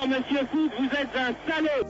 Alors, monsieur Foot, vous êtes un salaud.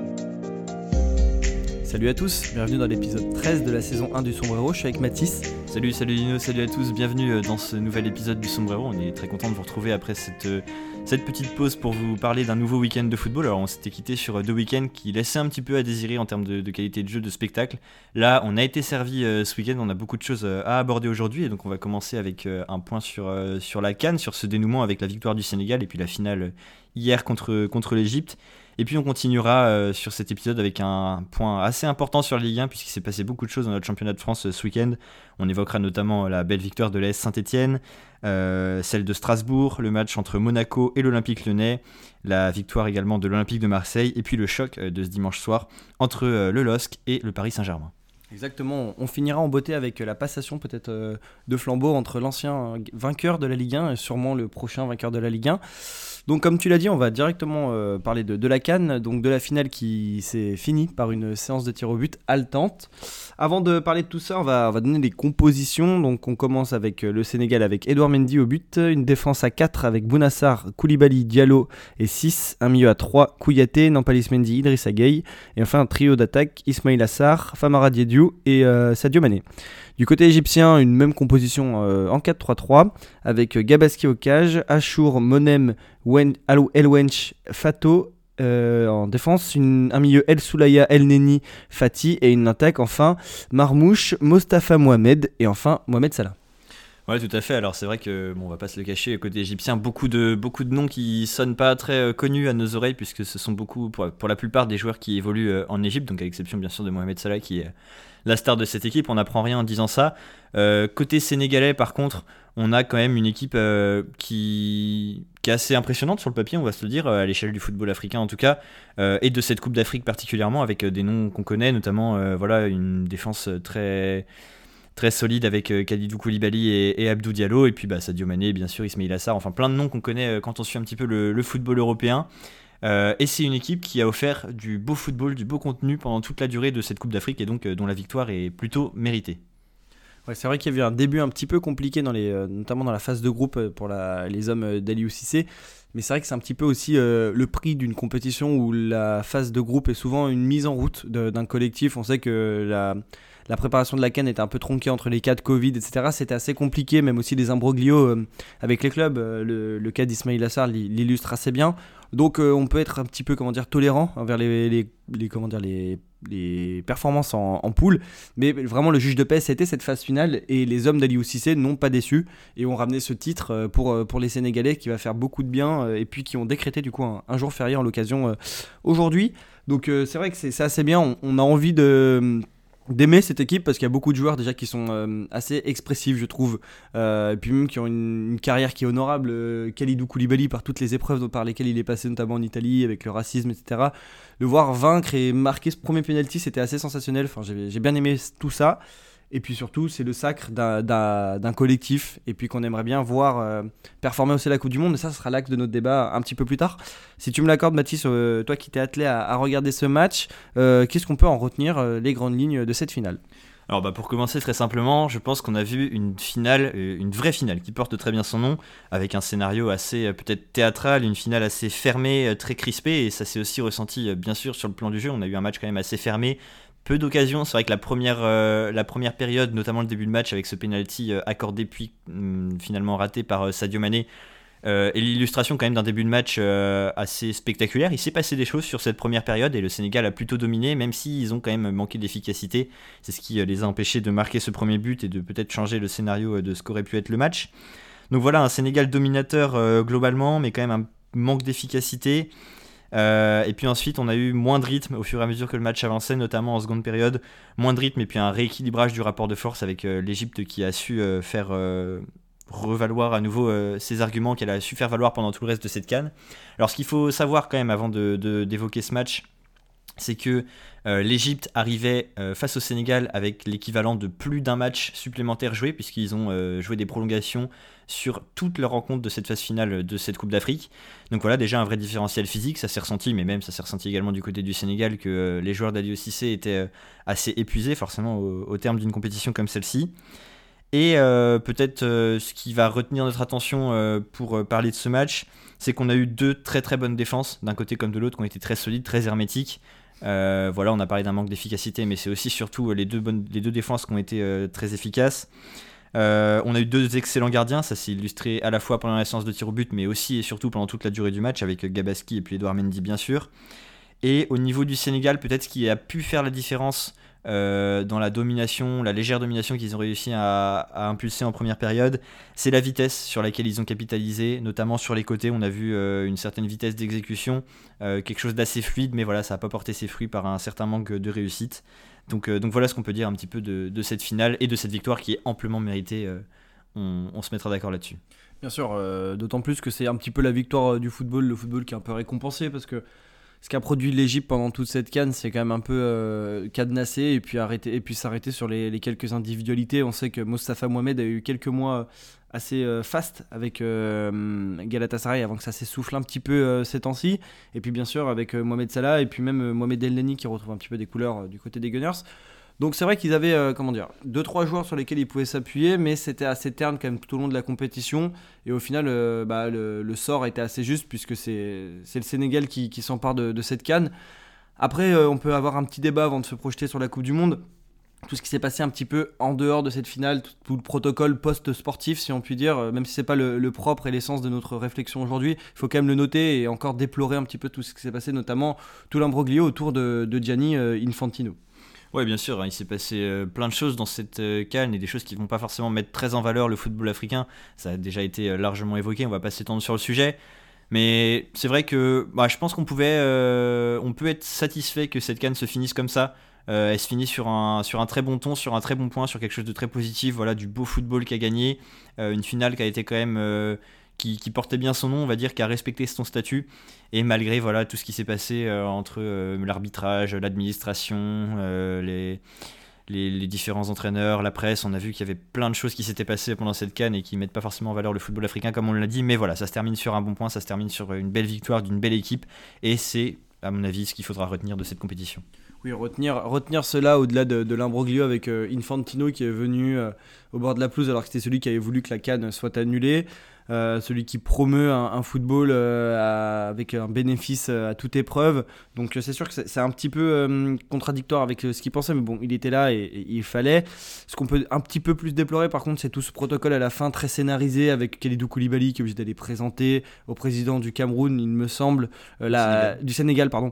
Salut à tous, bienvenue dans l'épisode 13 de la saison 1 du Sombrero, je suis avec Mathis. Salut Lino, salut à tous, bienvenue dans ce nouvel épisode du Sombrero. On est très content de vous retrouver après cette petite pause pour vous parler d'un nouveau week-end de football. Alors on s'était quitté sur 2 week-ends qui laissaient un petit peu à désirer en termes de qualité de jeu, de spectacle. Là on a été servi ce week-end, on a beaucoup de choses à aborder aujourd'hui et donc on va commencer avec un point sur la CAN, sur ce dénouement avec la victoire du Sénégal et puis la finale hier contre l'Égypte. Et puis on continuera sur cet épisode avec un point assez important sur la Ligue 1 puisqu'il s'est passé beaucoup de choses dans notre championnat de France ce week-end. On évoquera notamment la belle victoire de l'AS Saint-Etienne, celle de Strasbourg, le match entre Monaco et l'Olympique Lyonnais, la victoire également de l'Olympique de Marseille et puis le choc de ce dimanche soir entre le LOSC et le Paris Saint-Germain. Exactement, on finira en beauté avec la passation peut-être de flambeau entre l'ancien vainqueur de la Ligue 1 et sûrement le prochain vainqueur de la Ligue 1. Donc comme tu l'as dit, on va directement parler de la CAN, donc de la finale qui s'est finie par une séance de tir au but haletante. Avant de parler de tout ça, on va donner des compositions. Donc on commence avec le Sénégal avec Edouard Mendy au but, une défense à 4 avec Bounassar, Koulibaly, Diallo et 6, un milieu à 3, Kouyaté, Nampalys Mendy, Idrissa Gueye et enfin un trio d'attaque, Ismaïla Sarr, Famara Diédhiou et Sadio Mané. Du côté égyptien, une même composition en 4-3-3 avec Gabaski au cage, Achour, Monem, El Wench, Fato en défense, un milieu El Soulaya, El Neni, Fati et une attaque enfin Marmouche, Mostafa Mohamed et enfin Mohamed Salah. Ouais, tout à fait. Alors c'est vrai que on va pas se le cacher, côté égyptien, beaucoup de noms qui sonnent pas très connus à nos oreilles puisque ce sont beaucoup pour la plupart des joueurs qui évoluent en Égypte, donc à l'exception bien sûr de Mohamed Salah qui est la star de cette équipe. On n'apprend rien en disant ça. Côté sénégalais, par contre, on a quand même une équipe qui est assez impressionnante sur le papier, on va se le dire, à l'échelle du football africain en tout cas, et de cette Coupe d'Afrique particulièrement, avec des noms qu'on connaît, notamment une défense très solide avec Kalidou Koulibaly et Abdou Diallo, et puis Sadio Mané, bien sûr, Ismaïla Sarr, enfin plein de noms qu'on connaît quand on suit un petit peu le football européen. Et c'est une équipe qui a offert du beau football, du beau contenu pendant toute la durée de cette Coupe d'Afrique et donc dont la victoire est plutôt méritée. Ouais, c'est vrai qu'il y avait un début un petit peu compliqué notamment dans la phase de groupe pour les hommes d'Aliou Cissé. Mais c'est vrai que c'est un petit peu aussi le prix d'une compétition où la phase de groupe est souvent une mise en route d'un collectif. On sait que la préparation de la CAN était un peu tronquée entre les cas de Covid, etc. C'était assez compliqué, même aussi les imbroglios avec les clubs. Le cas d'Ismaïla Sarr l'illustre assez bien. Donc on peut être un petit peu tolérant envers les performances en poule, mais vraiment le juge de paix c'était cette phase finale et les hommes d'Aliou Cissé n'ont pas déçu et ont ramené ce titre pour les Sénégalais qui va faire beaucoup de bien et puis qui ont décrété du coup un jour férié en l'occasion aujourd'hui. Donc c'est vrai que c'est assez bien, on a envie d'aimer cette équipe parce qu'il y a beaucoup de joueurs déjà qui sont assez expressifs je trouve et puis même qui ont une carrière qui est honorable. Kalidou Koulibaly par toutes les épreuves par lesquelles il est passé notamment en Italie avec le racisme etc, le voir vaincre et marquer ce premier penalty c'était assez sensationnel. Enfin, j'ai bien aimé tout ça et puis surtout c'est le sacre d'un collectif et puis qu'on aimerait bien voir performer aussi la Coupe du Monde, mais ça sera l'axe de notre débat un petit peu plus tard. Si tu me l'accordes Mathis, toi qui t'es attelé à regarder ce match, qu'est-ce qu'on peut en retenir les grandes lignes de cette finale? Alors pour commencer très simplement, je pense qu'on a vu une finale, une vraie finale qui porte très bien son nom, avec un scénario assez peut-être théâtral, une finale assez fermée, très crispée, et ça s'est aussi ressenti bien sûr sur le plan du jeu. On a eu un match quand même assez fermé, peu d'occasions. C'est vrai que la première période, notamment le début de match avec ce penalty accordé puis finalement raté par Sadio Mané, est l'illustration quand même d'un début de match assez spectaculaire. Il s'est passé des choses sur cette première période et le Sénégal a plutôt dominé, même s'ils ont quand même manqué d'efficacité. C'est ce qui les a empêchés de marquer ce premier but et de peut-être changer le scénario de ce qu'aurait pu être le match. Donc voilà, un Sénégal dominateur globalement, mais quand même un manque d'efficacité. Et puis ensuite on a eu moins de rythme au fur et à mesure que le match avançait, notamment en seconde période, moins de rythme et puis un rééquilibrage du rapport de force avec l'Égypte qui a su faire revaloir à nouveau ses arguments qu'elle a su faire valoir pendant tout le reste de cette CAN. Alors ce qu'il faut savoir quand même avant d'évoquer ce match, c'est que l'Égypte arrivait face au Sénégal avec l'équivalent de plus d'un match supplémentaire joué, puisqu'ils ont joué des prolongations sur toutes leurs rencontres de cette phase finale de cette Coupe d'Afrique. Donc voilà, déjà un vrai différentiel physique, ça s'est ressenti, mais même ça s'est ressenti également du côté du Sénégal que les joueurs d'Aliou Cissé étaient assez épuisés forcément au terme d'une compétition comme celle-ci. Et peut-être ce qui va retenir notre attention pour parler de ce match, c'est qu'on a eu 2 très très bonnes défenses, d'un côté comme de l'autre, qui ont été très solides, très hermétiques. Voilà, on a parlé d'un manque d'efficacité, mais c'est aussi surtout les deux défenses qui ont été très efficaces. On a eu 2 excellents gardiens, ça s'est illustré à la fois pendant la séance de tir au but, mais aussi et surtout pendant toute la durée du match, avec Gabaski et puis Edouard Mendy bien sûr. Et au niveau du Sénégal, peut-être ce qui a pu faire la différence dans la domination, la légère domination qu'ils ont réussi à impulser en première période, c'est la vitesse sur laquelle ils ont capitalisé, notamment sur les côtés. On a vu une certaine vitesse d'exécution, quelque chose d'assez fluide, mais voilà, ça n'a pas porté ses fruits par un certain manque de réussite. Donc voilà ce qu'on peut dire un petit peu de cette finale et de cette victoire qui est amplement méritée. On se mettra d'accord là-dessus. Bien sûr, d'autant plus que c'est un petit peu la victoire du football, le football qui est un peu récompensé, parce que ce qu'a produit l'Égypte pendant toute cette CAN, c'est quand même un peu cadenassé et puis s'arrêter sur les quelques individualités. On sait que Mostafa Mohamed a eu quelques mois assez fast avec Galatasaray avant que ça s'essouffle un petit peu ces temps-ci. Et puis bien sûr avec Mohamed Salah et puis même Mohamed El Neni qui retrouve un petit peu des couleurs du côté des Gunners. Donc c'est vrai qu'ils avaient 2-3 joueurs sur lesquels ils pouvaient s'appuyer, mais c'était assez terne quand même tout au long de la compétition. Et au final, le sort a été assez juste puisque c'est le Sénégal qui s'empare de cette CAN. Après, on peut avoir un petit débat avant de se projeter sur la Coupe du Monde. Tout ce qui s'est passé un petit peu en dehors de cette finale, tout le protocole post-sportif, si on peut dire, même si c'est pas le propre et l'essence de notre réflexion aujourd'hui, il faut quand même le noter et encore déplorer un petit peu tout ce qui s'est passé, notamment tout l'imbroglio autour de Gianni Infantino. Ouais, bien sûr, il s'est passé plein de choses dans cette CAN et des choses qui vont pas forcément mettre très en valeur le football africain. Ça a déjà été largement évoqué, on va pas s'étendre sur le sujet. Mais c'est vrai que je pense qu'on peut être satisfait que cette CAN se finisse comme ça. Elle se finit sur un très bon ton, sur un très bon point, sur quelque chose de très positif. Voilà, du beau football qui a gagné, une finale qui a été quand même qui portait bien son nom, on va dire, qui a respecté son statut. Et malgré voilà tout ce qui s'est passé entre l'arbitrage, l'administration, les différents entraîneurs, la presse, on a vu qu'il y avait plein de choses qui s'étaient passées pendant cette CAN et qui mettent pas forcément en valeur le football africain comme on l'a dit, mais voilà, ça se termine sur un bon point, ça se termine sur une belle victoire d'une belle équipe et c'est à mon avis ce qu'il faudra retenir de cette compétition. Oui, retenir cela au-delà de l'imbroglio avec Infantino qui est venu au bord de la pelouse alors que c'était celui qui avait voulu que la CAN soit annulée. Celui qui promeut un football avec un bénéfice à toute épreuve. Donc c'est sûr que c'est un petit peu contradictoire avec ce qu'il pensait, mais bon, il était là et il fallait. Ce qu'on peut un petit peu plus déplorer par contre, c'est tout ce protocole à la fin très scénarisé avec Kalidou Koulibaly qui est obligé d'aller présenter au président du Cameroun, il me semble, du Sénégal, pardon.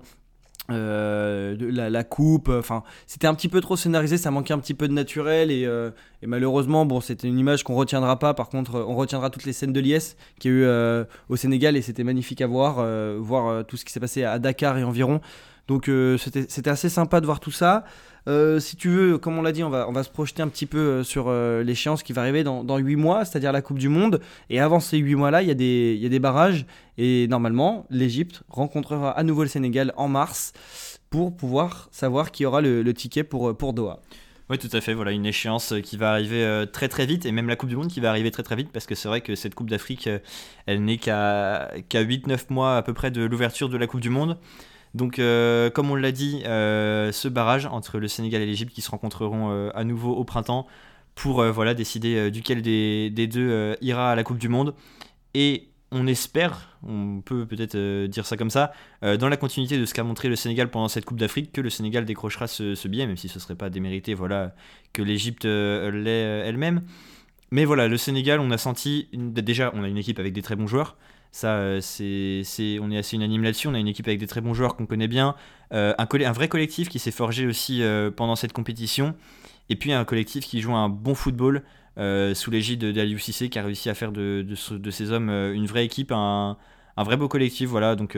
La coupe, c'était un petit peu trop scénarisé, ça manquait un petit peu de naturel et malheureusement c'était une image qu'on retiendra pas. Par contre on retiendra toutes les scènes de liesse qu'il y a eu au Sénégal et c'était magnifique à voir tout ce qui s'est passé à Dakar et environ. Donc c'était assez sympa de voir tout ça. Si tu veux, comme on l'a dit, on va se projeter un petit peu sur l'échéance qui va arriver dans 8 mois, c'est-à-dire la Coupe du Monde. Et avant ces 8 mois-là, il y a des barrages. Et normalement, l'Égypte rencontrera à nouveau le Sénégal en mars pour pouvoir savoir qui aura le ticket pour Doha. Oui, tout à fait. Voilà une échéance qui va arriver très très vite et même la Coupe du Monde qui va arriver très très vite parce que c'est vrai que cette Coupe d'Afrique, elle n'est qu'à 8-9 mois à peu près de l'ouverture de la Coupe du Monde. Donc, comme on l'a dit, ce barrage entre le Sénégal et l'Égypte qui se rencontreront à nouveau au printemps pour décider duquel des deux ira à la Coupe du Monde. Et on espère, on peut peut-être dire ça comme ça, dans la continuité de ce qu'a montré le Sénégal pendant cette Coupe d'Afrique, que le Sénégal décrochera ce billet, même si ce ne serait pas démérité que l'Égypte l'ait elle-même. Mais voilà, le Sénégal, on a senti, déjà on a une équipe avec des très bons joueurs. Ça, on est assez unanime là-dessus. On a une équipe avec des très bons joueurs qu'on connaît bien, un vrai collectif qui s'est forgé aussi pendant cette compétition, et puis un collectif qui joue un bon football sous l'égide d'Aliou Cissé, qui a réussi à faire de ces hommes une vraie équipe, un vrai beau collectif. Voilà, donc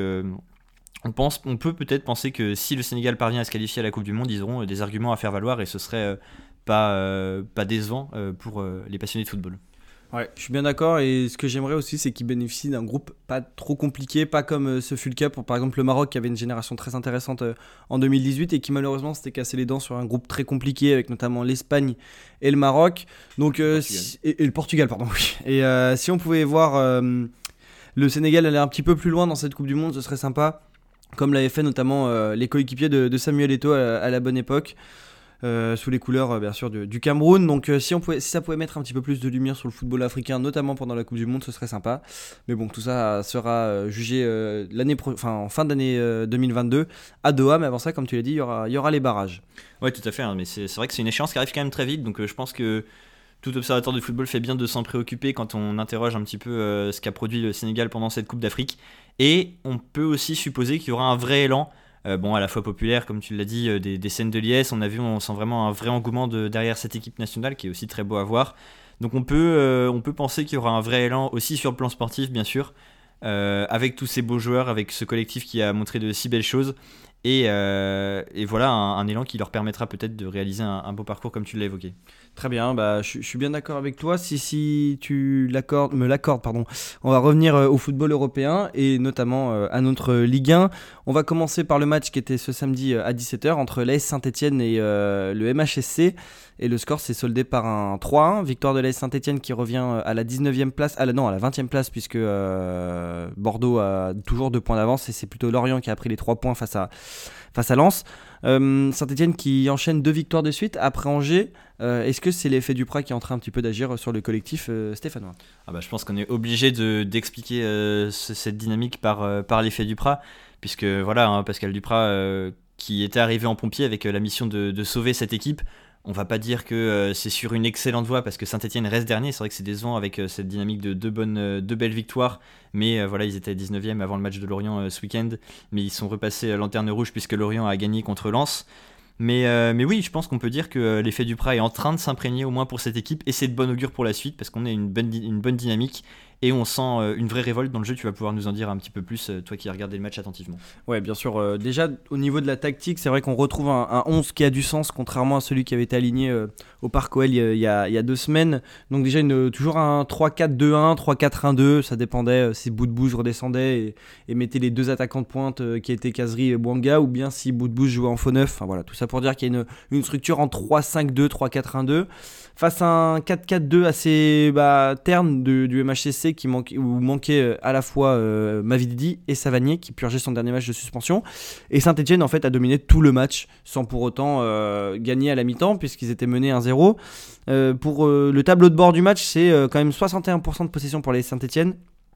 on peut peut-être penser que si le Sénégal parvient à se qualifier à la Coupe du Monde, ils auront des arguments à faire valoir, et ce serait pas décevant pour les passionnés de football. Ouais, je suis bien d'accord et ce que j'aimerais aussi c'est qu'ils bénéficient d'un groupe pas trop compliqué, pas comme ce fut le cas pour par exemple le Maroc qui avait une génération très intéressante en 2018 et qui malheureusement s'était cassé les dents sur un groupe très compliqué avec notamment l'Espagne et le Maroc. Donc, et le Portugal, pardon. Oui. Et si on pouvait voir le Sénégal aller un petit peu plus loin dans cette Coupe du Monde, ce serait sympa, comme l'avaient fait notamment les coéquipiers de Samuel Eto'o à la bonne époque. sous les couleurs bien sûr du Cameroun. Donc si ça pouvait mettre un petit peu plus de lumière sur le football africain, notamment pendant la Coupe du Monde, ce serait sympa. Mais bon, tout ça sera jugé en fin d'année 2022 à Doha. Mais avant ça, comme tu l'as dit, il y aura les barrages. Ouais, tout à fait. Mais c'est vrai que c'est une échéance qui arrive quand même très vite. Donc je pense que tout observateur de football fait bien de s'en préoccuper quand on interroge un petit peu ce qu'a produit le Sénégal pendant cette Coupe d'Afrique. Et on peut aussi supposer qu'il y aura un vrai élan. À la fois populaire, comme tu l'as dit, des scènes de liesse. On sent vraiment un vrai engouement derrière cette équipe nationale qui est aussi très beau à voir. Donc on peut penser qu'il y aura un vrai élan aussi sur le plan sportif, bien sûr, avec tous ces beaux joueurs, avec ce collectif qui a montré de si belles choses. Et voilà, un élan qui leur permettra peut-être de réaliser un beau parcours comme tu l'as évoqué. Très bien, je suis bien d'accord avec toi. Si tu me l'accordes, on va revenir au football européen et notamment à notre Ligue 1. On va commencer par le match qui était ce samedi à 17h entre l'AS Saint-Etienne et le MHSC. Et le score s'est soldé par un 3-1, victoire de l'AS Saint-Etienne qui revient à la 19e place, à la 20e place puisque Bordeaux a toujours 2 points d'avance et c'est plutôt Lorient qui a pris les 3 points face à Lens. Saint-Etienne qui enchaîne 2 victoires de suite après Angers. Est-ce que c'est l'effet Duprat qui est en train un petit peu d'agir sur le collectif stéphanois ? Je pense qu'on est obligé d'expliquer cette dynamique par l'effet Duprat, puisque voilà, Pascal Duprat qui était arrivé en pompier avec la mission de sauver cette équipe. On va pas dire que c'est sur une excellente voie parce que Saint-Etienne reste dernier. C'est vrai que c'est décevant avec cette dynamique de deux belles victoires. Mais ils étaient 19e avant le match de Lorient ce week-end. Mais ils sont repassés lanterne rouge puisque Lorient a gagné contre Lens. Mais oui, je pense qu'on peut dire que l'effet Duprat est en train de s'imprégner au moins pour cette équipe. Et c'est de bon augure pour la suite parce qu'on a une bonne dynamique. Et on sent une vraie révolte dans le jeu. Tu vas pouvoir nous en dire un petit peu plus, toi qui as regardé le match attentivement. Ouais, bien sûr. Déjà, au niveau de la tactique, c'est vrai qu'on retrouve un 11 qui a du sens, contrairement à celui qui avait été aligné au Parc OL il y a 2 semaines. Donc déjà, toujours un 3-4-2-1, 3-4-1-2. Ça dépendait si Boudbouz redescendait et mettait les 2 attaquants de pointe qui étaient Kazri et Bouanga, ou bien si Boudbouz jouait en faux neuf. Enfin, voilà, tout ça pour dire qu'il y a une structure en 3-5-2, 3-4-1-2. Face à un 4-4-2 assez terne du MHSC où manquait à la fois Mavididi et Savanier qui purgeait son dernier match de suspension. Et Saint-Etienne en fait a dominé tout le match sans pour autant gagner à la mi-temps puisqu'ils étaient menés 1-0. Pour le tableau de bord du match, c'est quand même 61% de possession pour les Saint-Etienne.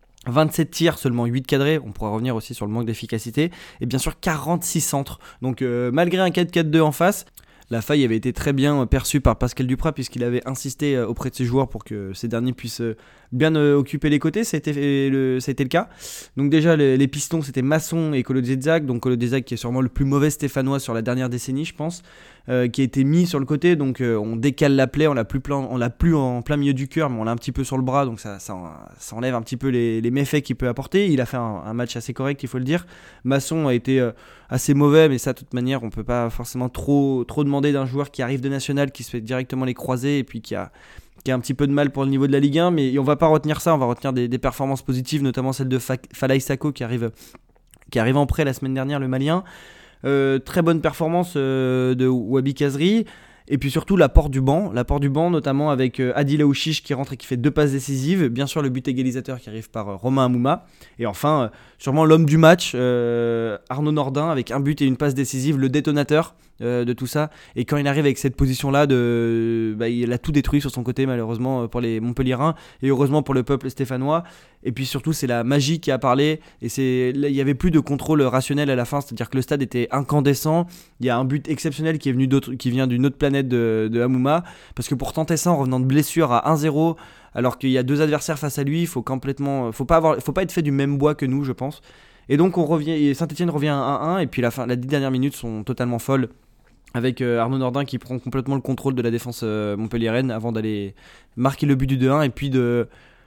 27 tirs, seulement 8 cadrés, on pourra revenir aussi sur le manque d'efficacité, et bien sûr 46 centres. Donc malgré un 4-4-2 en face, la faille avait été très bien perçue par Pascal Duprat puisqu'il avait insisté auprès de ses joueurs pour que ces derniers puissent bien occuper les côtés. Ça a été le cas. Donc déjà les pistons c'était Masson et Kolo Djezak. Donc Kolo Djezak qui est sûrement le plus mauvais stéphanois sur la dernière décennie je pense, qui a été mis sur le côté. Donc on décale la plaie, on l'a plus en plein milieu du cœur mais on l'a un petit peu sur le bras. Donc ça enlève un petit peu les méfaits qu'il peut apporter. Il a fait un match assez correct il faut le dire. Masson a été assez mauvais mais ça de toute manière on peut pas forcément trop demander d'un joueur qui arrive de national, qui se fait directement les croisés et puis qui a un petit peu de mal pour le niveau de la Ligue 1, mais on va pas retenir ça, on va retenir des performances positives, notamment celle de Falaï Sako qui arrive en prêt la semaine dernière, le Malien. Très bonne performance de Wabi Kazri. Et puis surtout l'apport du banc notamment avec Adil Aouchiche qui rentre et qui fait 2 passes décisives, bien sûr le but égalisateur qui arrive par Romain Amouma, et enfin sûrement l'homme du match, Arnaud Nordin avec un but et une passe décisive, le détonateur de tout ça. Et quand il arrive avec cette position là il a tout détruit sur son côté malheureusement pour les Montpelliérains et heureusement pour le peuple stéphanois. Et puis surtout c'est la magie qui a parlé, et il y avait plus de contrôle rationnel à la fin, c'est-à-dire que le stade était incandescent. Il y a un but exceptionnel qui vient d'une autre planète de Amouma, parce que pour tenter ça en revenant de blessure à 1-0 alors qu'il y a 2 adversaires face à lui, faut pas être fait du même bois que nous je pense. Et donc Saint-Etienne revient à 1-1 et puis les 10 dernières minutes sont totalement folles avec Arnaud Nordin qui prend complètement le contrôle de la défense montpelliéraine avant d'aller marquer le but du 2-1 et puis de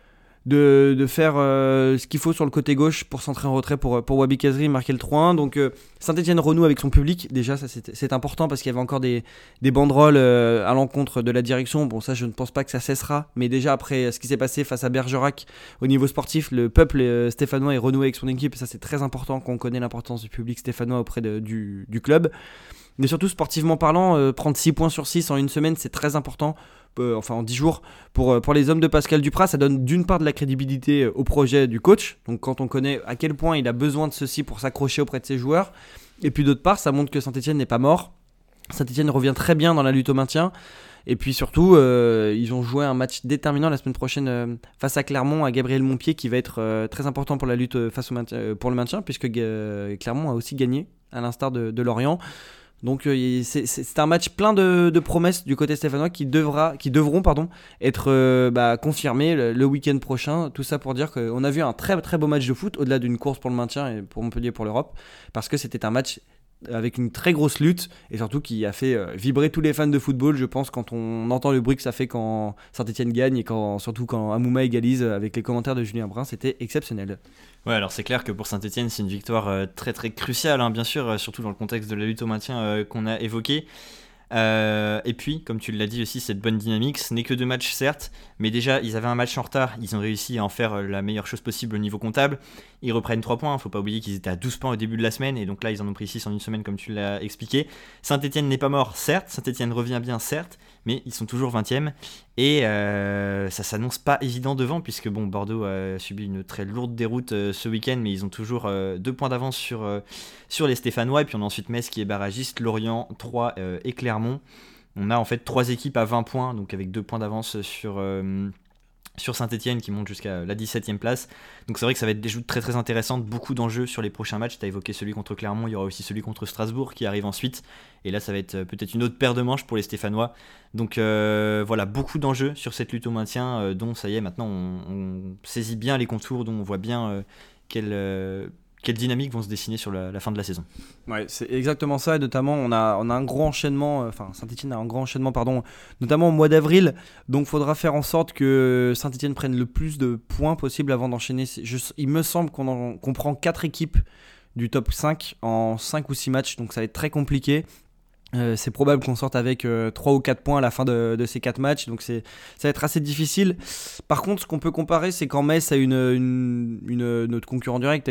faire ce qu'il faut sur le côté gauche pour centrer en retrait pour Wabi Kazri, marquer le 3-1. Donc Saint-Etienne renoue avec son public, déjà ça c'est important parce qu'il y avait encore des banderoles à l'encontre de la direction. Bon ça je ne pense pas que ça cessera, mais déjà après ce qui s'est passé face à Bergerac au niveau sportif, le peuple stéphanois est renoué avec son équipe et ça c'est très important quand on connaît l'importance du public stéphanois auprès du club. Mais surtout sportivement parlant, prendre 6 points sur 6 en une semaine c'est très important, en 10 jours pour les hommes de Pascal Duprat. Ça donne d'une part de la crédibilité au projet du coach, donc quand on connaît à quel point il a besoin de ceci pour s'accrocher auprès de ses joueurs, et puis d'autre part ça montre que Saint-Etienne n'est pas mort Saint-Etienne revient très bien dans la lutte au maintien. Et puis surtout, ils ont joué un match déterminant la semaine prochaine face à Clermont, à Gabriel Montpied, qui va être très important pour la lutte face au maintien, pour le maintien, puisque Clermont a aussi gagné, à l'instar de Lorient. Donc c'est un match plein de promesses du côté stéphanois qui devront être confirmés le week-end prochain. Tout ça pour dire qu'on a vu un très très beau match de foot, au-delà d'une course pour le maintien et pour Montpellier pour l'Europe, parce que c'était un match avec une très grosse lutte et surtout qui a fait vibrer tous les fans de football, je pense, quand on entend le bruit que ça fait quand Saint-Etienne gagne et surtout quand Amouma égalise avec les commentaires de Julien Brun, c'était exceptionnel. Ouais, alors c'est clair que pour Saint-Etienne, c'est une victoire très très cruciale, hein, bien sûr, surtout dans le contexte de la lutte au maintien qu'on a évoqué. Et puis, comme tu l'as dit aussi, cette bonne dynamique, ce n'est que 2 matchs certes, mais déjà ils avaient un match en retard, ils ont réussi à en faire la meilleure chose possible au niveau comptable. Ils reprennent 3 points, faut pas oublier qu'ils étaient à 12 points au début de la semaine, et donc là ils en ont pris 6 en une semaine comme tu l'as expliqué. Saint-Etienne n'est pas mort, certes, Saint-Etienne revient bien, certes, mais ils sont toujours 20e, et ça s'annonce pas évident devant, puisque bon, Bordeaux a subi une très lourde déroute ce week-end, mais ils ont toujours 2 points d'avance sur les Stéphanois, et puis on a ensuite Metz qui est barragiste, Lorient, 3 et Clermont. On a en fait 3 équipes à 20 points, donc avec 2 points d'avance sur Saint-Etienne qui monte jusqu'à la 17e place. Donc c'est vrai que ça va être des joutes très très intéressantes, beaucoup d'enjeux sur les prochains matchs. Tu as évoqué celui contre Clermont, il y aura aussi celui contre Strasbourg qui arrive ensuite. Et là ça va être peut-être une autre paire de manches pour les Stéphanois. Donc voilà, beaucoup d'enjeux sur cette lutte au maintien, dont ça y est, maintenant on saisit bien les contours, dont on voit bien quelles dynamiques vont se dessiner sur la fin de la saison. Ouais, c'est exactement ça, et notamment on a un gros enchaînement, Saint-Etienne a un grand enchaînement, notamment au mois d'avril, donc il faudra faire en sorte que Saint-Etienne prenne le plus de points possible avant d'enchaîner. Il me semble qu'on prend 4 équipes du top 5 en 5 ou 6 matchs, donc ça va être très compliqué. C'est probable qu'on sorte avec 3 ou 4 points à la fin de ces 4 matchs, donc ça va être assez difficile. Par contre, ce qu'on peut comparer, c'est quand Metz a notre concurrent direct a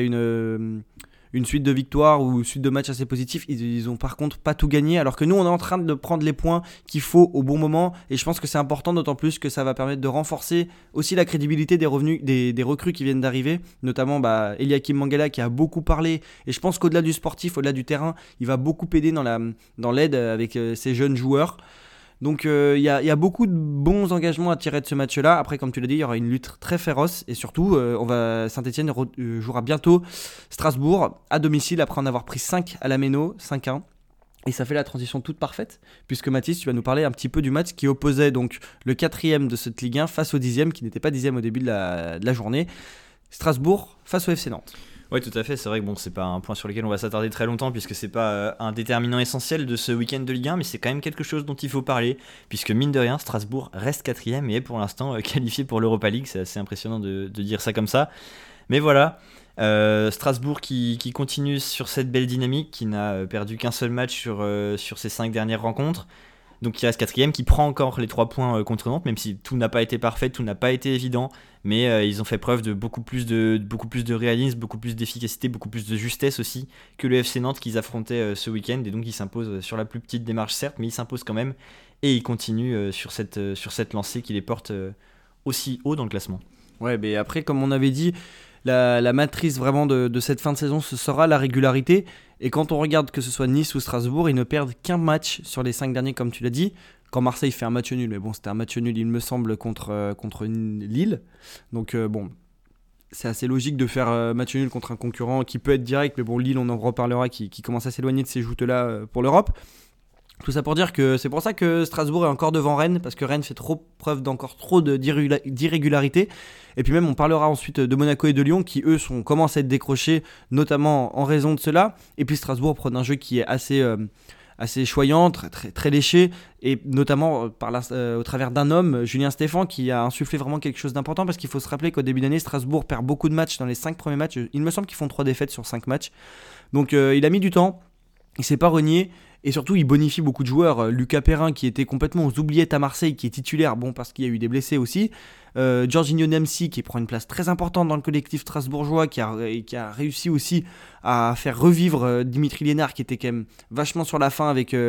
une suite de victoires ou suite de matchs assez positifs. Ils ont par contre pas tout gagné, alors que nous on est en train de prendre les points qu'il faut au bon moment, et je pense que c'est important, d'autant plus que ça va permettre de renforcer aussi la crédibilité des recrues qui viennent d'arriver, notamment Eliakim Mangala qui a beaucoup parlé, et je pense qu'au-delà du sportif, au-delà du terrain, il va beaucoup aider dans l'aide avec ces jeunes joueurs. Donc il y a beaucoup de bons engagements à tirer de ce match-là. Après, comme tu l'as dit, il y aura une lutte très féroce, et surtout Saint-Etienne jouera bientôt Strasbourg à domicile après en avoir pris 5 à la Méno, 5-1. Et ça fait la transition toute parfaite, puisque Mathis, tu vas nous parler un petit peu du match qui opposait donc le 4e de cette Ligue 1 face au 10e, qui n'était pas 10e au début de la journée. Strasbourg face au FC Nantes. Oui, tout à fait. C'est vrai que c'est pas un point sur lequel on va s'attarder très longtemps, puisque c'est pas un déterminant essentiel de ce week-end de Ligue 1, mais c'est quand même quelque chose dont il faut parler, puisque mine de rien, Strasbourg reste 4e et est pour l'instant qualifié pour l'Europa League. C'est assez impressionnant de dire ça comme ça. Mais voilà, Strasbourg qui continue sur cette belle dynamique, qui n'a perdu qu'un seul match sur ses 5 dernières rencontres. Donc qui reste 4e, qui prend encore les 3 points contre Nantes, même si tout n'a pas été parfait, tout n'a pas été évident, mais ils ont fait preuve de beaucoup plus de réalisme, beaucoup plus d'efficacité, beaucoup plus de justesse aussi que le FC Nantes qu'ils affrontaient ce week-end, et donc ils s'imposent sur la plus petite démarche certes, mais ils s'imposent quand même, et ils continuent sur cette lancée qui les porte aussi haut dans le classement. Ouais, mais après, comme on avait dit, la matrice vraiment de cette fin de saison, ce sera la régularité. Et quand on regarde que ce soit Nice ou Strasbourg, ils ne perdent qu'un match sur les 5 derniers, comme tu l'as dit. Quand Marseille fait un match nul, mais bon, c'était un match nul, il me semble, contre Lille. Donc c'est assez logique de faire match nul contre un concurrent qui peut être direct, mais bon, Lille, on en reparlera, qui commence à s'éloigner de ces joutes-là pour l'Europe. Tout ça pour dire que c'est pour ça que Strasbourg est encore devant Rennes, parce que Rennes fait preuve d'encore trop d'irrégularité. Et puis même, on parlera ensuite de Monaco et de Lyon, qui eux commencent à être décrochés, notamment en raison de cela. Et puis Strasbourg prend un jeu qui est assez choyant, très, très, très léché, et notamment au travers d'un homme, Julien Stéphan, qui a insufflé vraiment quelque chose d'important, parce qu'il faut se rappeler qu'au début d'année, Strasbourg perd beaucoup de matchs dans les 5 premiers matchs. Il me semble qu'ils font 3 défaites sur 5 matchs. Donc il a mis du temps, il s'est pas renié. Et surtout, il bonifie beaucoup de joueurs. Lucas Perrin, qui était complètement aux oubliettes à Marseille, qui est titulaire, parce qu'il y a eu des blessés aussi. Jorginho Nemsi, qui prend une place très importante dans le collectif strasbourgeois, qui a réussi aussi à faire revivre Dimitri Lénard, qui était quand même vachement sur la fin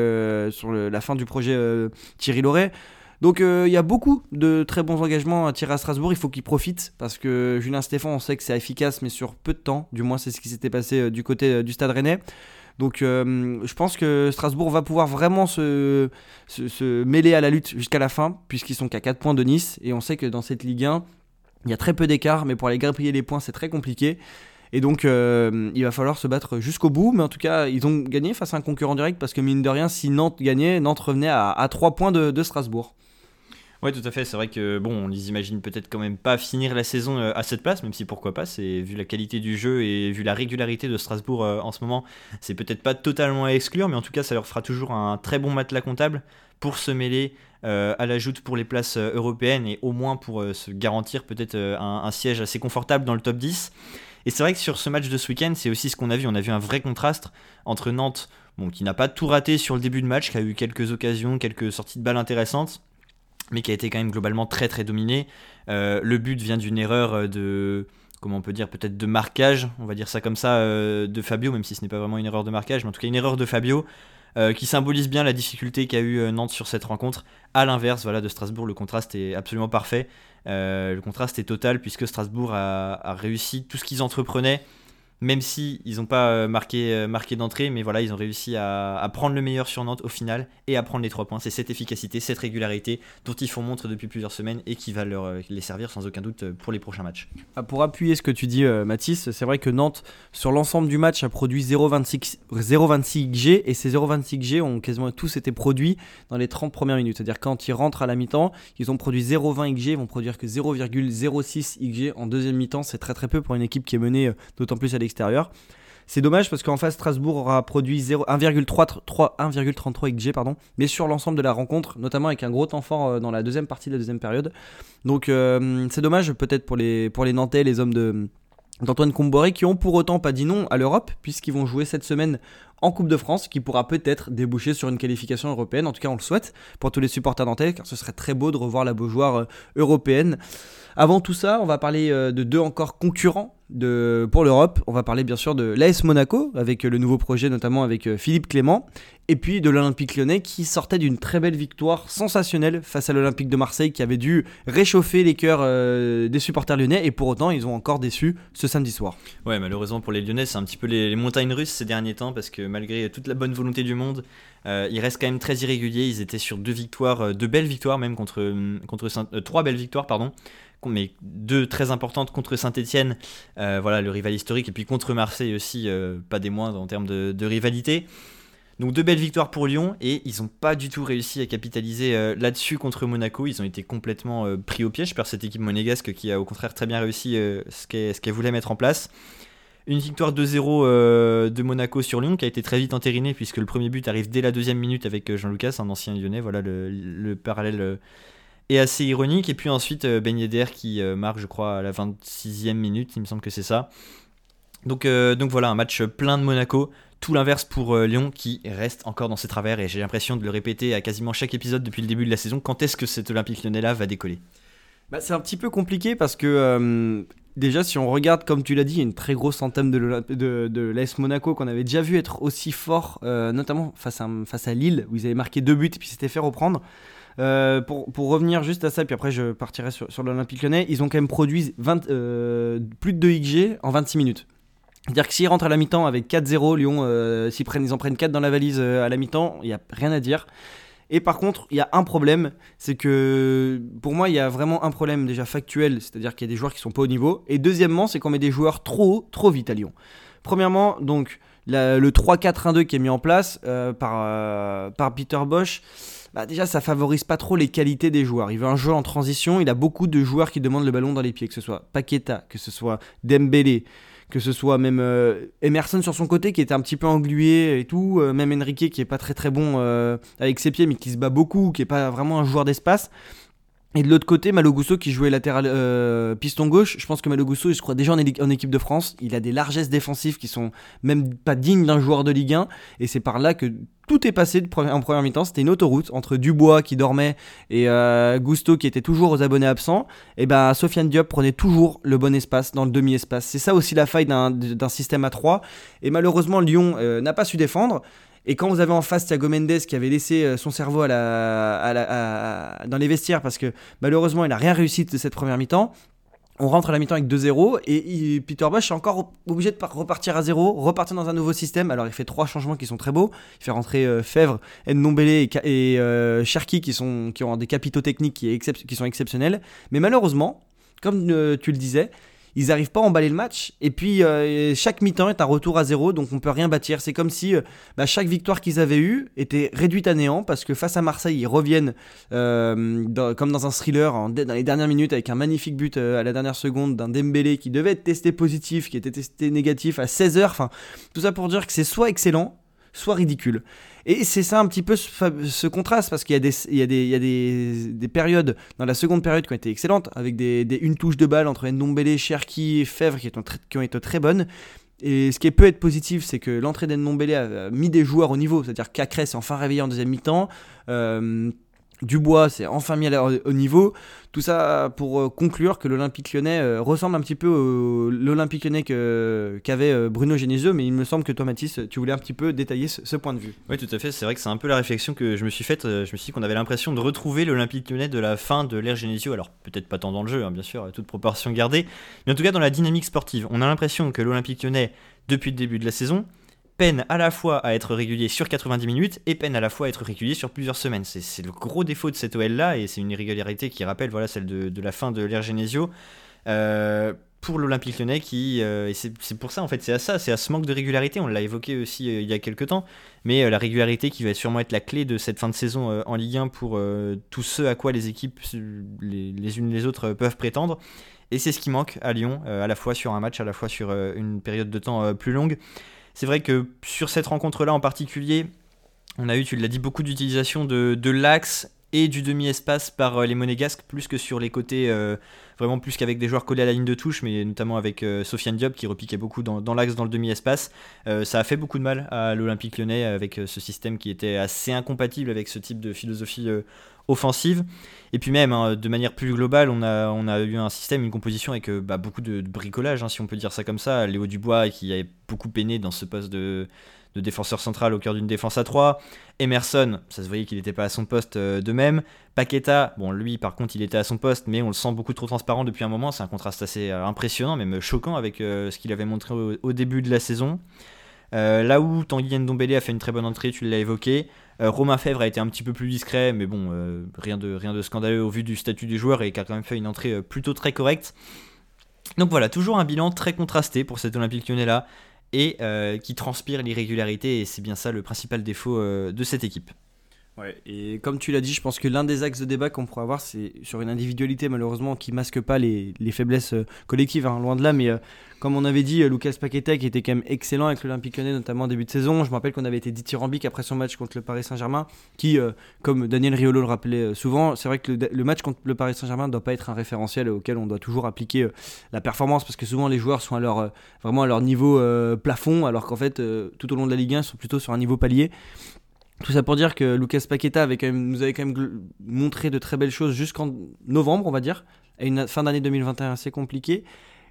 sur la fin du projet Thierry Laurey. Donc il y a beaucoup de très bons engagements à tirer à Strasbourg. Il faut qu'il profite, parce que Julien Stéphan, on sait que c'est efficace, mais sur peu de temps. Du moins, c'est ce qui s'était passé du côté du Stade Rennais. Donc je pense que Strasbourg va pouvoir vraiment se mêler à la lutte jusqu'à la fin, puisqu'ils sont qu'à 4 points de Nice, et on sait que dans cette Ligue 1, il y a très peu d'écart, mais pour aller grappiller les points, c'est très compliqué. Et donc il va falloir se battre jusqu'au bout, mais en tout cas ils ont gagné face à un concurrent direct, parce que mine de rien, si Nantes gagnait, Nantes revenait à 3 points de Strasbourg. Ouais, tout à fait. C'est vrai que on les imagine peut-être quand même pas finir la saison à cette place, même si pourquoi pas. C'est vu la qualité du jeu et vu la régularité de Strasbourg en ce moment, c'est peut-être pas totalement à exclure, mais en tout cas, ça leur fera toujours un très bon matelas comptable pour se mêler à la joute pour les places européennes et au moins pour se garantir peut-être un siège assez confortable dans le top 10. Et c'est vrai que sur ce match de ce week-end, c'est aussi ce qu'on a vu. On a vu un vrai contraste entre Nantes, qui n'a pas tout raté sur le début de match, qui a eu quelques occasions, quelques sorties de balles intéressantes, mais qui a été quand même globalement très très dominé. Le but vient d'une erreur comment on peut dire, peut-être de marquage, on va dire ça comme ça, de Fabio, même si ce n'est pas vraiment une erreur de marquage, mais en tout cas une erreur de Fabio, qui symbolise bien la difficulté qu'a eu Nantes sur cette rencontre. À l'inverse, de Strasbourg, le contraste est absolument parfait. Le contraste est total, puisque Strasbourg a réussi tout ce qu'ils entreprenaient, même si ils n'ont pas marqué d'entrée, mais voilà, ils ont réussi à prendre le meilleur sur Nantes au final et à prendre les 3 points. C'est cette efficacité, cette régularité dont ils font montre depuis plusieurs semaines et qui va les servir sans aucun doute pour les prochains matchs. Pour appuyer ce que tu dis, Mathis, c'est vrai que Nantes, sur l'ensemble du match, a produit 0,26 XG, et ces 0,26 XG ont quasiment tous été produits dans les 30 premières minutes. C'est-à-dire quand ils rentrent à la mi-temps, ils ont produit 0,20 XG, ils vont produire que 0,06 XG en deuxième mi-temps. C'est très très peu pour une équipe qui est menée d'autant plus à l'extérieur. C'est dommage parce qu'en face, Strasbourg aura produit 1,33 XG, mais sur l'ensemble de la rencontre, notamment avec un gros temps fort dans la deuxième partie de la deuxième période. Donc c'est dommage peut-être pour les Nantais, les hommes d'Antoine Comboiré, qui ont pour autant pas dit non à l'Europe, puisqu'ils vont jouer cette semaine en Coupe de France, qui pourra peut-être déboucher sur une qualification européenne. En tout cas, on le souhaite pour tous les supporters nantais, car ce serait très beau de revoir la Beaujoire européenne. Avant tout ça, on va parler de 2 encore concurrents pour l'Europe. On va parler bien sûr de l'AS Monaco, avec le nouveau projet notamment avec Philippe Clément, et puis de l'Olympique Lyonnais, qui sortait d'une très belle victoire sensationnelle face à l'Olympique de Marseille, qui avait dû réchauffer les cœurs des supporters lyonnais, et pour autant ils ont encore déçu ce samedi soir. Ouais, malheureusement pour les Lyonnais, c'est un petit peu les montagnes russes ces derniers temps, parce que malgré toute la bonne volonté du monde, ils restent quand même très irréguliers. Ils étaient sur 2 belles victoires même, contre 3 belles victoires, mais 2 très importantes contre Saint-Etienne, le rival historique, et puis contre Marseille aussi, pas des moindres en termes de rivalité. Donc 2 belles victoires pour Lyon, et ils n'ont pas du tout réussi à capitaliser là-dessus contre Monaco. Ils ont été complètement pris au piège par cette équipe monégasque, qui a au contraire très bien réussi ce qu'elle voulait mettre en place. Une victoire 2-0 de Monaco sur Lyon, qui a été très vite entérinée, puisque le premier but arrive dès la 2e minute avec Jean Lucas, un ancien lyonnais. Voilà, le parallèle est assez ironique. Et puis ensuite Ben Yedder qui marque, je crois, à la 26e minute, il me semble que c'est ça. Donc voilà, un match plein de Monaco. Tout l'inverse pour Lyon, qui reste encore dans ses travers, et j'ai l'impression de le répéter à quasiment chaque épisode depuis le début de la saison. Quand est-ce que cet Olympique Lyonnais-là va décoller ? C'est un petit peu compliqué parce que déjà, si on regarde, comme tu l'as dit, il y a une très grosse entame de l'AS Monaco qu'on avait déjà vu être aussi fort, notamment face à Lille, où ils avaient marqué 2 buts et puis s'étaient fait reprendre. Pour revenir juste à ça, puis après je partirai sur l'Olympique Lyonnais, ils ont quand même produit plus de 2 XG en 26 minutes. C'est-à-dire que s'ils rentrent à la mi-temps avec 4-0, Lyon, ils en prennent 4 dans la valise à la mi-temps, il n'y a rien à dire. Et par contre, il y a un problème, c'est que pour moi, il y a vraiment un problème déjà factuel, c'est-à-dire qu'il y a des joueurs qui sont pas au niveau. Et deuxièmement, c'est qu'on met des joueurs trop haut, trop vite à Lyon. Premièrement, donc le 3-4-1-2 qui est mis en place par Peter Bosz, déjà ça favorise pas trop les qualités des joueurs. Il veut un jeu en transition, il a beaucoup de joueurs qui demandent le ballon dans les pieds, que ce soit Paqueta, que ce soit Dembélé, que ce soit même Emerson sur son côté qui était un petit peu englué et tout, même Enrique qui est pas très très bon avec ses pieds mais qui se bat beaucoup, qui est pas vraiment un joueur d'espace. Et de l'autre côté, Malo Gusto qui jouait latéral piston gauche. Je pense que Malo Gusto, je crois déjà en équipe de France, il a des largesses défensives qui sont même pas dignes d'un joueur de Ligue 1, et c'est par là que tout est passé en première mi-temps. C'était une autoroute entre Dubois qui dormait et Gusto qui était toujours aux abonnés absents. Et Sofiane Diop prenait toujours le bon espace dans le demi-espace. C'est ça aussi la faille d'un système à 3, et malheureusement Lyon n'a pas su défendre. Et quand vous avez en face Thiago Mendes qui avait laissé son cerveau dans les vestiaires parce que malheureusement il n'a rien réussi de cette première mi-temps, On rentre à la mi-temps avec 2-0 et Peter Bosz est encore obligé de repartir à 0, repartir dans un nouveau système. Alors il fait 3 changements qui sont très beaux. Il fait rentrer Fèvre, Ndombele et Cherki qui ont des capitaux techniques qui sont exceptionnels. Mais malheureusement, comme tu le disais, ils n'arrivent pas à emballer le match. Et puis chaque mi-temps est un retour à 0, donc on ne peut rien bâtir. C'est comme si chaque victoire qu'ils avaient eue était réduite à néant, parce que face à Marseille, ils reviennent comme dans un thriller dans les dernières minutes, avec un magnifique but à la dernière seconde d'un Dembélé qui devait être testé positif, qui était testé négatif à 16h. Enfin, tout ça pour dire que c'est soit excellent, soit ridicule. Et c'est ça un petit peu ce contraste, parce qu'il y a des périodes, dans la seconde période, qui ont été excellentes, avec une touche de balle entre Ndombele, Cherki et Fèvre qui ont été très bonnes. Et ce qui peut être positif, c'est que l'entrée d'Ndombele a mis des joueurs au niveau, c'est-à-dire qu'Acré s'est enfin réveillé en deuxième mi-temps, Dubois s'est enfin mis au niveau. Tout ça pour conclure que l'Olympique Lyonnais ressemble un petit peu à l'Olympique Lyonnais qu'avait Bruno Genesio, mais il me semble que toi, Mathis, tu voulais un petit peu détailler ce point de vue. Oui, tout à fait, c'est vrai que c'est un peu la réflexion que je me suis faite. Je me suis dit qu'on avait l'impression de retrouver l'Olympique Lyonnais de la fin de l'ère Genesio, alors peut-être pas tant dans le jeu, bien sûr, toute proportion gardée, mais en tout cas dans la dynamique sportive. On a l'impression que l'Olympique Lyonnais, depuis le début de la saison, peine à la fois à être régulier sur 90 minutes et peine à la fois à être régulier sur plusieurs semaines. C'est le gros défaut de cette OL là, et c'est une irrégularité qui rappelle celle de la fin de l'ère Genesio pour l'Olympique Lyonnais et c'est pour ça en fait, c'est à ce manque de régularité, on l'a évoqué aussi il y a quelques temps, mais la régularité qui va sûrement être la clé de cette fin de saison en Ligue 1 pour tout ce à quoi les équipes les unes les autres peuvent prétendre. Et c'est ce qui manque à Lyon, à la fois sur un match, à la fois sur une période de temps plus longue. C'est vrai que sur cette rencontre-là en particulier, on a eu, tu l'as dit, beaucoup d'utilisation de l'axe et du demi-espace par les Monégasques, plus que sur les côtés, vraiment plus qu'avec des joueurs collés à la ligne de touche, mais notamment avec Sofiane Diop qui repiquait beaucoup dans l'axe, dans le demi-espace. Ça a fait beaucoup de mal à l'Olympique Lyonnais avec ce système qui était assez incompatible avec ce type de philosophie offensive. Et puis même, de manière plus globale, on a eu un système, une composition avec beaucoup de bricolage, si on peut dire ça comme ça. Léo Dubois qui avait beaucoup peiné dans ce poste de défenseur central au cœur d'une défense à 3. Emerson, ça se voyait qu'il n'était pas à son poste de même. Paqueta, bon lui par contre il était à son poste, mais on le sent beaucoup trop transparent depuis un moment. C'est un contraste assez impressionnant, même choquant avec ce qu'il avait montré au début de la saison. Là où Tanguy Ndombele a fait une très bonne entrée, tu l'as évoqué. Romain Fèvre a été un petit peu plus discret, mais bon, rien de scandaleux au vu du statut du joueur, et qui a quand même fait une entrée plutôt très correcte. Donc voilà, toujours un bilan très contrasté pour cet Olympique Lyonnais là, et qui transpire l'irrégularité, et c'est bien ça le principal défaut de cette équipe. Ouais, et comme tu l'as dit, je pense que l'un des axes de débat qu'on pourrait avoir, c'est sur une individualité malheureusement qui masque pas les faiblesses collectives, loin de là, mais comme on avait dit, Lucas Paqueta qui était quand même excellent avec l'Olympique Lyonnais, notamment en début de saison. Je me rappelle qu'on avait été dithyrambique après son match contre le Paris Saint-Germain, qui, comme Daniel Riolo le rappelait souvent, c'est vrai que le match contre le Paris Saint-Germain ne doit pas être un référentiel auquel on doit toujours appliquer la performance, parce que souvent les joueurs sont vraiment à leur niveau plafond, alors qu'en fait, tout au long de la Ligue 1, ils sont plutôt sur un niveau palier. Tout ça pour dire que Lucas Paqueta nous avait quand même montré de très belles choses jusqu'en novembre, on va dire, à une fin d'année 2021 assez compliquée,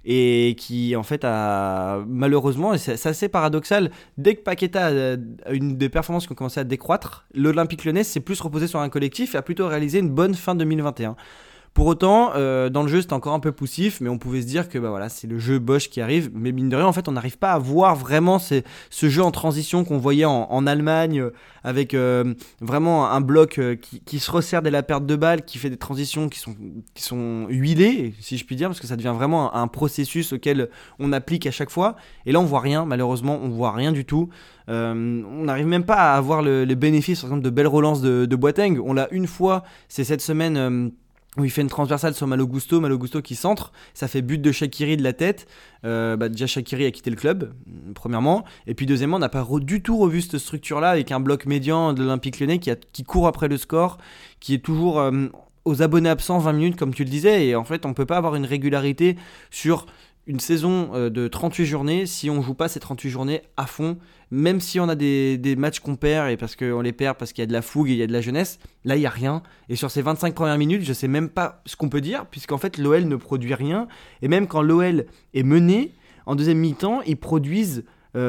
et qui en fait a malheureusement, et c'est assez paradoxal, dès que Paqueta a une des performances qui ont commencé à décroître, l'Olympique Lyonnais s'est plus reposé sur un collectif et a plutôt réalisé une bonne fin 2021. Pour autant, dans le jeu, c'était encore un peu poussif, mais on pouvait se dire que c'est le jeu Bosz qui arrive. Mais mine de rien, en fait, on n'arrive pas à voir vraiment ce jeu en transition qu'on voyait en Allemagne, avec vraiment un bloc qui se resserre dès la perte de balle, qui fait des transitions qui sont huilées, si je puis dire, parce que ça devient vraiment un processus auquel on applique à chaque fois. Et là, on voit rien, malheureusement, on voit rien du tout. On n'arrive même pas à avoir les bénéfices, par exemple, de belles relances de Boateng. On l'a une fois, c'est cette semaine... où il fait une transversale sur Malo Gusto qui centre, ça fait but de Shaqiri de la tête. Déjà Shaqiri a quitté le club, premièrement, et puis deuxièmement, on n'a pas du tout revu cette structure-là avec un bloc médian de l'Olympique Lyonnais qui court après le score, qui est toujours aux abonnés absents 20 minutes comme tu le disais, et en fait on ne peut pas avoir une régularité sur une saison de 38 journées si on ne joue pas ces 38 journées à fond, même si on a des matchs qu'on perd, et parce qu'on les perd parce qu'il y a de la fougue et il y a de la jeunesse. Là il n'y a rien, et sur ces 25 premières minutes je ne sais même pas ce qu'on peut dire, puisqu'en fait l'OL ne produit rien, et même quand l'OL est mené en deuxième mi-temps, ils produisent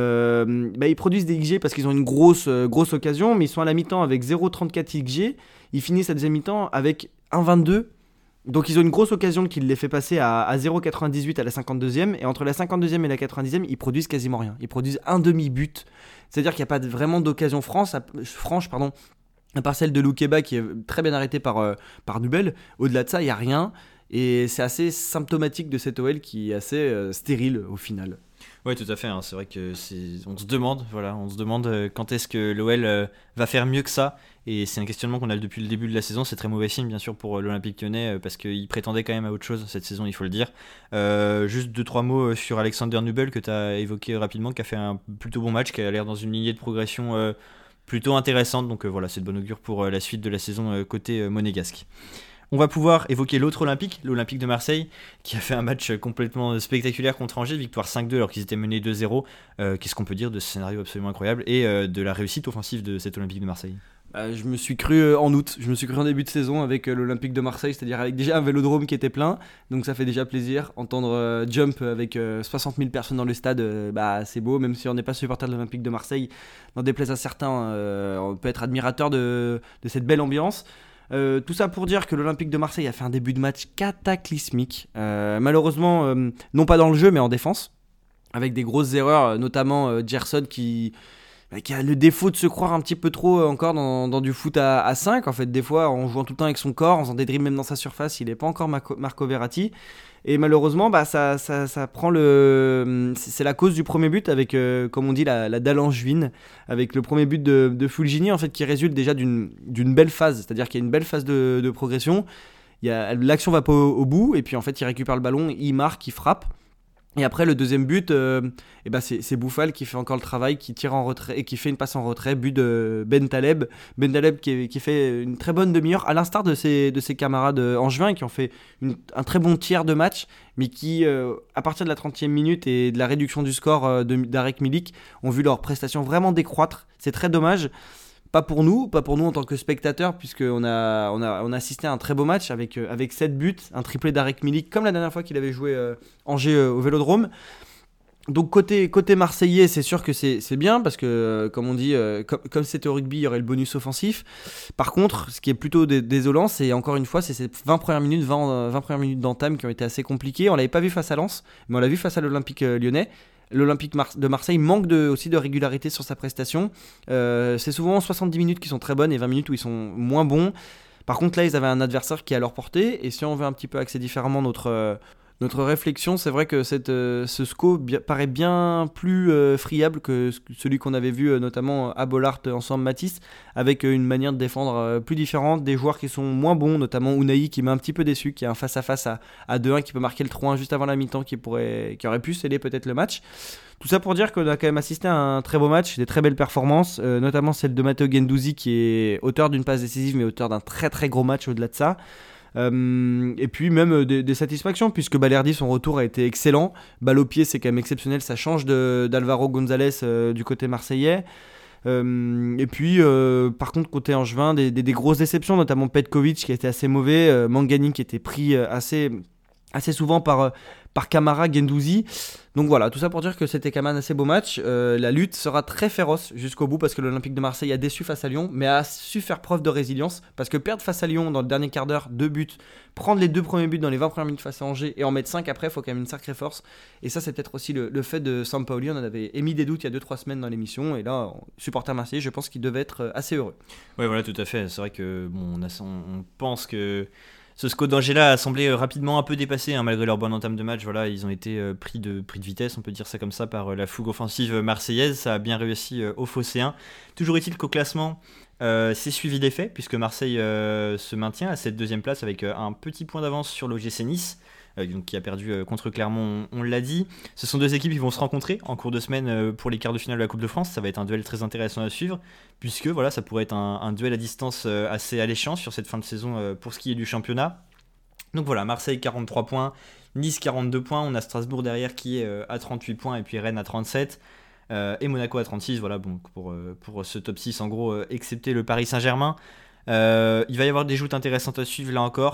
des XG parce qu'ils ont une grosse occasion, mais ils sont à la mi-temps avec 0,34 XG, ils finissent la deuxième mi-temps avec 1,22. Donc ils ont une grosse occasion qui les fait passer à 0,98 à la 52e, et entre la 52e et la 90e, ils produisent quasiment rien. Ils produisent un demi-but, c'est-à-dire qu'il n'y a pas vraiment d'occasion franche, à part celle de Loukeba qui est très bien arrêtée par Nubel. Au-delà de ça, il n'y a rien, et c'est assez symptomatique de cette OL qui est assez stérile au final. Oui, tout à fait. Hein. C'est vrai que on se demande quand est-ce que l'OL va faire mieux que ça. Et c'est un questionnement qu'on a depuis le début de la saison. C'est très mauvais signe, bien sûr, pour l'Olympique Lyonnais parce qu'il prétendait quand même à autre chose cette saison, il faut le dire. Juste 2-3 mots sur Alexander Nubel que tu as évoqué rapidement, qui a fait un plutôt bon match, qui a l'air dans une lignée de progression plutôt intéressante. Donc voilà, c'est de bon augure pour la suite de la saison côté monégasque. On va pouvoir évoquer l'autre Olympique, l'Olympique de Marseille, qui a fait un match complètement spectaculaire contre Angers, victoire 5-2 alors qu'ils étaient menés 2-0. Qu'est-ce qu'on peut dire de ce scénario absolument incroyable et de la réussite offensive de cet Olympique de Marseille? Je me suis cru en août, je me suis cru en début de saison avec l'Olympique de Marseille, c'est-à-dire avec déjà un vélodrome qui était plein, donc ça fait déjà plaisir. Entendre Jump avec 60 000 personnes dans le stade, c'est beau, même si on n'est pas supporter de l'Olympique de Marseille, n'en déplaise à certains, on peut être admirateur de cette belle ambiance. Tout ça pour dire que l'Olympique de Marseille a fait un début de match cataclysmique, malheureusement non pas dans le jeu mais en défense, avec des grosses erreurs, notamment Gerson qui a le défaut de se croire un petit peu trop encore dans du foot à 5 en fait, des fois en jouant tout le temps avec son corps, en faisant des dribbles même dans sa surface, il n'est pas encore Marco Verratti. Et malheureusement, ça prend c'est la cause du premier but avec, comme on dit, la dalle angevine, avec le premier but de Fulgini, en fait, qui résulte déjà d'une belle phase, c'est-à-dire qu'il y a une belle phase de progression. L'action va pas au bout, et puis en fait, il récupère le ballon, il marque, il frappe. Et après le deuxième but, c'est Bouffal qui fait encore le travail, qui tire en retrait et qui fait une passe en retrait, but de Ben Taleb qui fait une très bonne demi-heure, à l'instar de ses camarades angevins qui ont fait un très bon tiers de match, mais qui à partir de la 30e minute et de la réduction du score d'Arek Milik ont vu leur prestation vraiment décroître. C'est très dommage. Pas pour nous en tant que spectateurs, puisqu'on a assisté à un très beau match avec 7 buts, un triplé d'Arek Milik, comme la dernière fois qu'il avait joué Angers au Vélodrome. Donc côté marseillais, c'est sûr que c'est bien, parce que comme on dit, comme c'était au rugby, il y aurait le bonus offensif. Par contre, ce qui est plutôt désolant, c'est encore une fois, c'est ces 20 premières minutes d'entame qui ont été assez compliquées. On l'avait pas vu face à Lens, mais on l'a vu face à l'Olympique lyonnais. L'Olympique de Marseille manque aussi de régularité sur sa prestation. C'est souvent 70 minutes qui sont très bonnes et 20 minutes où ils sont moins bons. Par contre, là, ils avaient un adversaire qui est à leur portée. Et si on veut un petit peu axer différemment notre réflexion, c'est vrai que ce SCO paraît bien plus friable que celui qu'on avait vu notamment à Bollaert ensemble Matisse, avec une manière de défendre plus différente, des joueurs qui sont moins bons, notamment Unai qui m'a un petit peu déçu, qui a un face-à-face à 2-1 qui peut marquer le 3-1 juste avant la mi-temps, qui aurait pu sceller peut-être le match. Tout ça pour dire qu'on a quand même assisté à un très beau match, des très belles performances, notamment celle de Matteo Guendouzi qui est auteur d'une passe décisive mais auteur d'un très très gros match au-delà de ça. Et puis même des satisfactions, puisque Balerdi, son retour a été excellent, balle au pied, c'est quand même exceptionnel, ça change d'Alvaro González du côté marseillais. Et puis par contre côté angevin, des grosses déceptions, notamment Petkovic qui a été assez mauvais, Mangani qui était pris assez souvent par Camara, Guendouzi. Donc voilà, tout ça pour dire que c'était quand même un assez beau match. La lutte sera très féroce jusqu'au bout, parce que l'Olympique de Marseille a déçu face à Lyon, mais a su faire preuve de résilience, parce que perdre face à Lyon dans le dernier quart d'heure, 2 buts, prendre les 2 premiers buts dans les 20 premières minutes face à Angers et en mettre 5 après, il faut quand même une sacrée force. Et ça, c'est peut-être aussi le fait de Sampaoli. On en avait émis des doutes il y a 2-3 semaines dans l'émission, et là, supporter marseillais, je pense qu'il devait être assez heureux. Oui, voilà, tout à fait. C'est vrai que on pense que ce SCO d'Angers-là a semblé rapidement un peu dépassé, malgré leur bonne entame de match. Voilà, ils ont été pris de vitesse, on peut dire ça comme ça, par la fougue offensive marseillaise. Ça a bien réussi aux Phocéens. Toujours est-il qu'au classement, c'est suivi des faits, puisque Marseille se maintient à cette 2e place avec un petit point d'avance sur l'OGC Nice, donc qui a perdu contre Clermont, on l'a dit. Ce sont 2 équipes qui vont se rencontrer en cours de semaine pour les quarts de finale de la Coupe de France. Ça va être un duel très intéressant à suivre, puisque voilà, ça pourrait être un duel à distance assez alléchant sur cette fin de saison pour ce qui est du championnat. Donc voilà, Marseille 43 points, Nice 42 points, on a Strasbourg derrière qui est à 38 points, et puis Rennes à 37, et Monaco à 36. Voilà, bon, pour ce top 6 en gros, excepté le Paris Saint-Germain. Il va y avoir des joutes intéressantes à suivre là encore.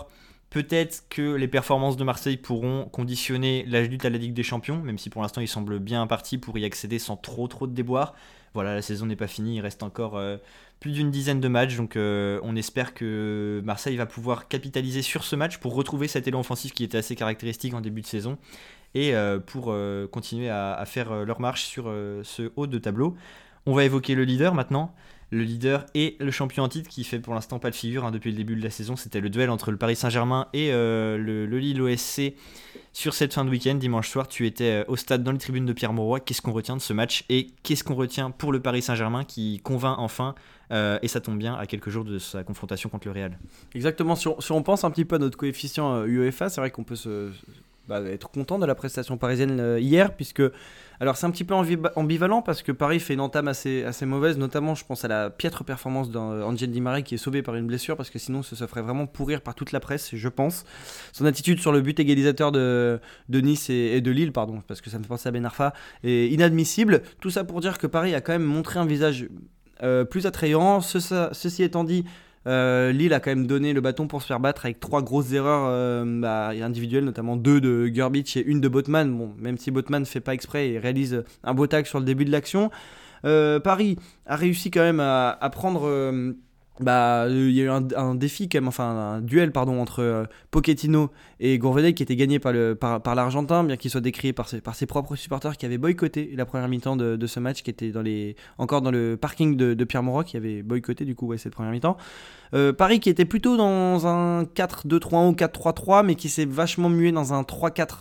Peut-être que les performances de Marseille pourront conditionner la lutte à la Ligue des Champions, même si pour l'instant ils semblent bien partis pour y accéder sans trop de déboires. Voilà, la saison n'est pas finie, il reste encore plus d'une dizaine de matchs, donc on espère que Marseille va pouvoir capitaliser sur ce match pour retrouver cet élan offensif qui était assez caractéristique en début de saison et pour continuer à faire leur marche sur ce haut de tableau. On va évoquer le leader maintenant. Le leader et le champion en titre qui fait pour l'instant pas de figure depuis le début de la saison. C'était le duel entre le Paris Saint-Germain et le Lille OSC sur cette fin de week-end. Dimanche soir, tu étais au stade dans les tribunes de Pierre Mauroy. Qu'est-ce qu'on retient de ce match et qu'est-ce qu'on retient pour le Paris Saint-Germain qui convainc enfin et ça tombe bien à quelques jours de sa confrontation contre le Real. Exactement, si on pense un petit peu à notre coefficient UEFA, c'est vrai qu'on peut être content de la prestation parisienne hier, puisque alors c'est un petit peu ambivalent parce que Paris fait une entame assez mauvaise, notamment je pense à la piètre performance d'Angel Di Maria qui est sauvé par une blessure, parce que sinon ça se ferait vraiment pourrir par toute la presse, je pense. Son attitude sur le but égalisateur de Nice et de Lille, pardon, parce que ça me fait penser à Ben Arfa, est inadmissible. Tout ça pour dire que Paris a quand même montré un visage plus attrayant. Ceci étant dit, Lille a quand même donné le bâton pour se faire battre avec 3 grosses erreurs individuelles, notamment 2 de Gurbic et 1 de Botman. Bon, même si Botman ne fait pas exprès et réalise un beau tacle sur le début de l'action, Paris a réussi quand même à prendre... il y a eu un défi quand même, enfin un duel entre Pochettino et Gourvenec qui était gagné par l'Argentin, bien qu'il soit décrié par ses propres supporters qui avaient boycotté la première mi-temps de ce match, qui était encore dans le parking de Pierre Mauroy, qui avait boycotté du coup cette première mi-temps. Paris qui était plutôt dans un 4-2-3-1 ou 4-3-3, mais qui s'est vachement mué dans un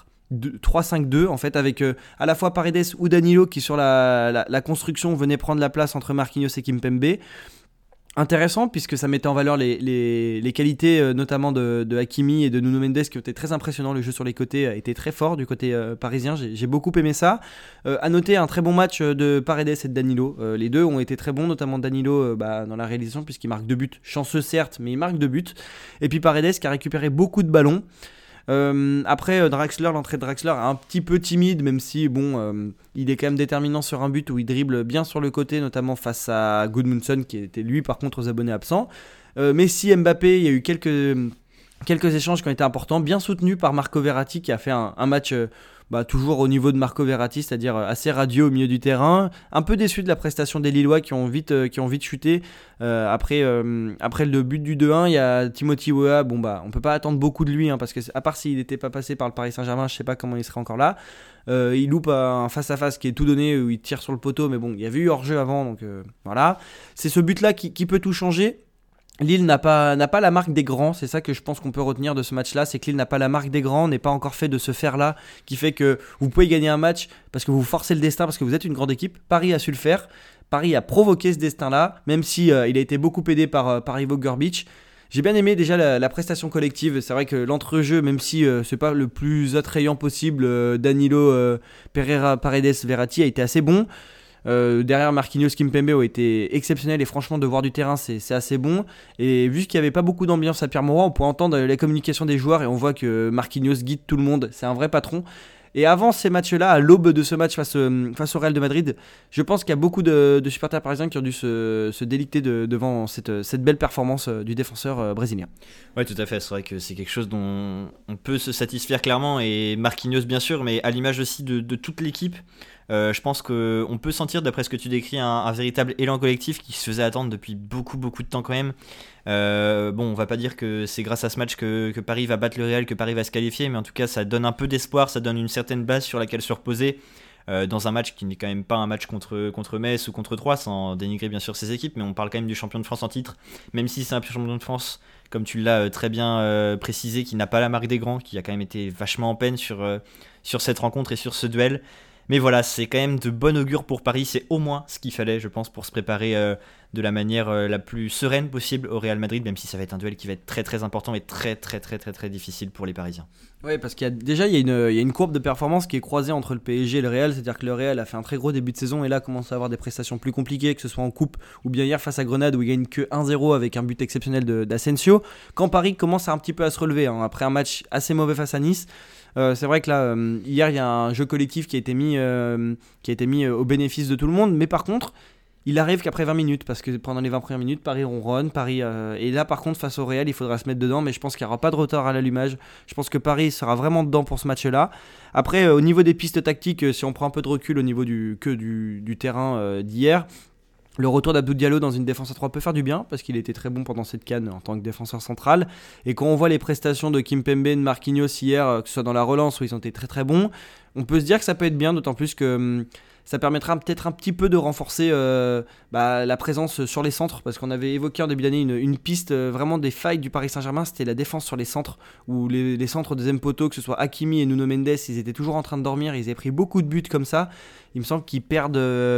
3-5-2 en fait, avec à la fois Paredes ou Danilo qui sur la construction venait prendre la place entre Marquinhos et Kimpembe. Intéressant, puisque ça mettait en valeur les qualités notamment de Hakimi et de Nuno Mendes, qui ont été très impressionnants. Le jeu sur les côtés a été très fort du côté parisien, j'ai beaucoup aimé ça. À noter un très bon match de Paredes et de Danilo. Les deux ont été très bons, notamment Danilo dans la réalisation, puisqu'il marque 2 buts, chanceux certes, mais il marque 2 buts. Et puis Paredes qui a récupéré beaucoup de ballons. Après l'entrée de Draxler est un petit peu timide, même si il est quand même déterminant sur un but où il dribble bien sur le côté, notamment face à Gudmundsson qui était lui par contre aux abonnés absents. Messi, Mbappé, il y a eu quelques échanges qui ont été importants, bien soutenus par Marco Verratti qui a fait un match toujours au niveau de Marco Verratti, c'est-à-dire assez radieux au milieu du terrain. Un peu déçu de la prestation des Lillois qui ont vite chuté. Après le but du 2-1, il y a Timothy Weah. On peut pas attendre beaucoup de lui, parce que à part s'il n'était pas passé par le Paris Saint-Germain, je sais pas comment il serait encore là. Il loupe un face-à-face qui est tout donné où il tire sur le poteau, mais il y avait eu hors-jeu avant, donc voilà. C'est ce but-là qui peut tout changer. Lille n'a pas la marque des grands, c'est ça que je pense qu'on peut retenir de ce match-là, c'est que Lille n'a pas la marque des grands, n'est pas encore fait de ce fer-là, qui fait que vous pouvez gagner un match parce que vous forcez le destin, parce que vous êtes une grande équipe. Paris a su le faire, Paris a provoqué ce destin-là, même si il a été beaucoup aidé par Ivo Gurbic. J'ai bien aimé déjà la prestation collective, c'est vrai que l'entrejeu, même si c'est pas le plus attrayant possible, Danilo, Pereira, Paredes, Verratti a été assez bon. Derrière Marquinhos, Kimpembe ont été exceptionnels et franchement de voir du terrain c'est assez bon, et vu qu'il n'y avait pas beaucoup d'ambiance à Pierre Mauroy, on peut entendre la communication des joueurs et on voit que Marquinhos guide tout le monde, c'est un vrai patron. Et avant ces matchs-là, à l'aube de ce match face au Real de Madrid, je pense qu'il y a beaucoup de supporters parisiens qui ont dû se délecter devant cette belle performance du défenseur brésilien. Ouais, tout à fait, c'est vrai que c'est quelque chose dont on peut se satisfaire clairement, et Marquinhos bien sûr, mais à l'image aussi de toute l'équipe. Je pense qu'on peut sentir, d'après ce que tu décris, un véritable élan collectif qui se faisait attendre depuis beaucoup de temps quand même. On va pas dire que c'est grâce à ce match que Paris va battre le Real, que Paris va se qualifier, mais en tout cas ça donne un peu d'espoir, ça donne une certaine base sur laquelle se reposer dans un match qui n'est quand même pas un match contre Metz ou contre Troyes, sans dénigrer bien sûr ces équipes, mais on parle quand même du champion de France en titre, même si c'est un champion de France, comme tu l'as très bien précisé, qui n'a pas la marque des grands, qui a quand même été vachement en peine sur cette rencontre et sur ce duel. Mais voilà, c'est quand même de bon augure pour Paris, c'est au moins ce qu'il fallait, je pense, pour se préparer de la manière la plus sereine possible au Real Madrid, même si ça va être un duel qui va être très très important et très très très très très difficile pour les Parisiens. Oui, parce qu'il y a une courbe de performance qui est croisée entre le PSG et le Real, c'est-à-dire que le Real a fait un très gros début de saison et là commence à avoir des prestations plus compliquées, que ce soit en coupe ou bien hier face à Grenade où il gagne que 1-0 avec un but exceptionnel d'Asensio, quand Paris commence un petit peu à se relever après un match assez mauvais face à Nice. C'est vrai que là, hier, il y a un jeu collectif qui a été mis au bénéfice de tout le monde, mais par contre, il arrive qu'après 20 minutes, parce que pendant les 20 premières minutes, Paris ronronne, et là par contre face au Real, il faudra se mettre dedans, mais je pense qu'il n'y aura pas de retard à l'allumage. Je pense que Paris sera vraiment dedans pour ce match-là. Après, au niveau des pistes tactiques, si on prend un peu de recul au niveau du terrain d'hier, le retour d'Abdou Diallo dans une défense à 3 peut faire du bien, parce qu'il était très bon pendant cette CAN en tant que défenseur central. Et quand on voit les prestations de Kimpembe et de Marquinhos hier, que ce soit dans la relance où ils ont été très très bons, on peut se dire que ça peut être bien, d'autant plus que ça permettra peut-être un petit peu de renforcer la présence sur les centres, parce qu'on avait évoqué en début d'année une piste vraiment des failles du Paris Saint-Germain, c'était la défense sur les centres, où les centres de Zempoto, que ce soit Hakimi et Nuno Mendes, ils étaient toujours en train de dormir, ils avaient pris beaucoup de buts comme ça. Il me semble qu'ils perdent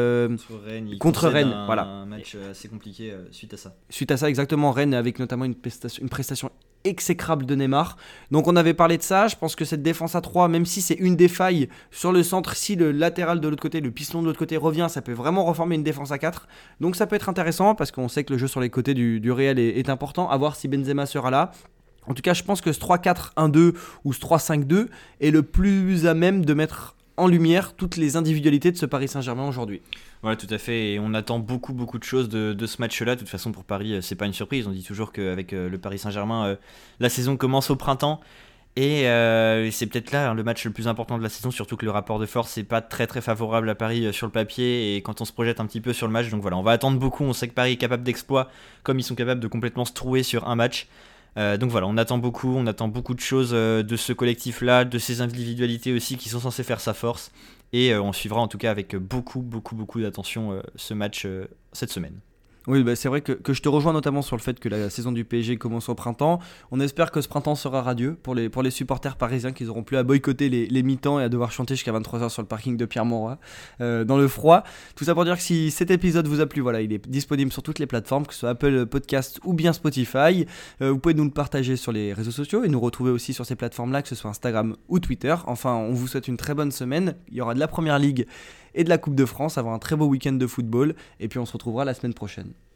contre Rennes. Voilà. Un match assez compliqué suite à ça. Suite à ça, exactement, Rennes avec notamment une prestation exécrable de Neymar. Donc on avait parlé de ça, je pense que cette défense à 3, même si c'est une des failles sur le centre, si le latéral de l'autre côté, le piston de l'autre côté revient, ça peut vraiment reformer une défense à 4. Donc ça peut être intéressant, parce qu'on sait que le jeu sur les côtés du Real est important, à voir si Benzema sera là. En tout cas, je pense que ce 3-4-1-2 ou ce 3-5-2 est le plus à même de mettre en lumière toutes les individualités de ce Paris Saint-Germain aujourd'hui. Voilà, tout à fait, et on attend beaucoup de choses de ce match-là. De toute façon, pour Paris, c'est pas une surprise. On dit toujours qu'avec le Paris Saint-Germain, la saison commence au printemps, et c'est peut-être là le match le plus important de la saison, surtout que le rapport de force n'est pas très favorable à Paris sur le papier, et quand on se projette un petit peu sur le match. Donc voilà, on va attendre beaucoup. On sait que Paris est capable d'exploits, comme ils sont capables de complètement se trouer sur un match. Donc voilà, on attend beaucoup de choses de ce collectif-là, de ces individualités aussi qui sont censées faire sa force, et on suivra en tout cas avec beaucoup d'attention ce match cette semaine. Oui, c'est vrai que je te rejoins notamment sur le fait que la saison du PSG commence au printemps. On espère que ce printemps sera radieux pour les supporters parisiens, qu'ils n'auront plus à boycotter les mi-temps et à devoir chanter jusqu'à 23h sur le parking de Pierre-Mauroy dans le froid. Tout ça pour dire que si cet épisode vous a plu, voilà, il est disponible sur toutes les plateformes, que ce soit Apple Podcast ou bien Spotify. Vous pouvez nous le partager sur les réseaux sociaux et nous retrouver aussi sur ces plateformes-là, que ce soit Instagram ou Twitter. Enfin, on vous souhaite une très bonne semaine. Il y aura de la Première Ligue et de la Coupe de France avant un très beau week-end de football, et puis on se retrouvera la semaine prochaine.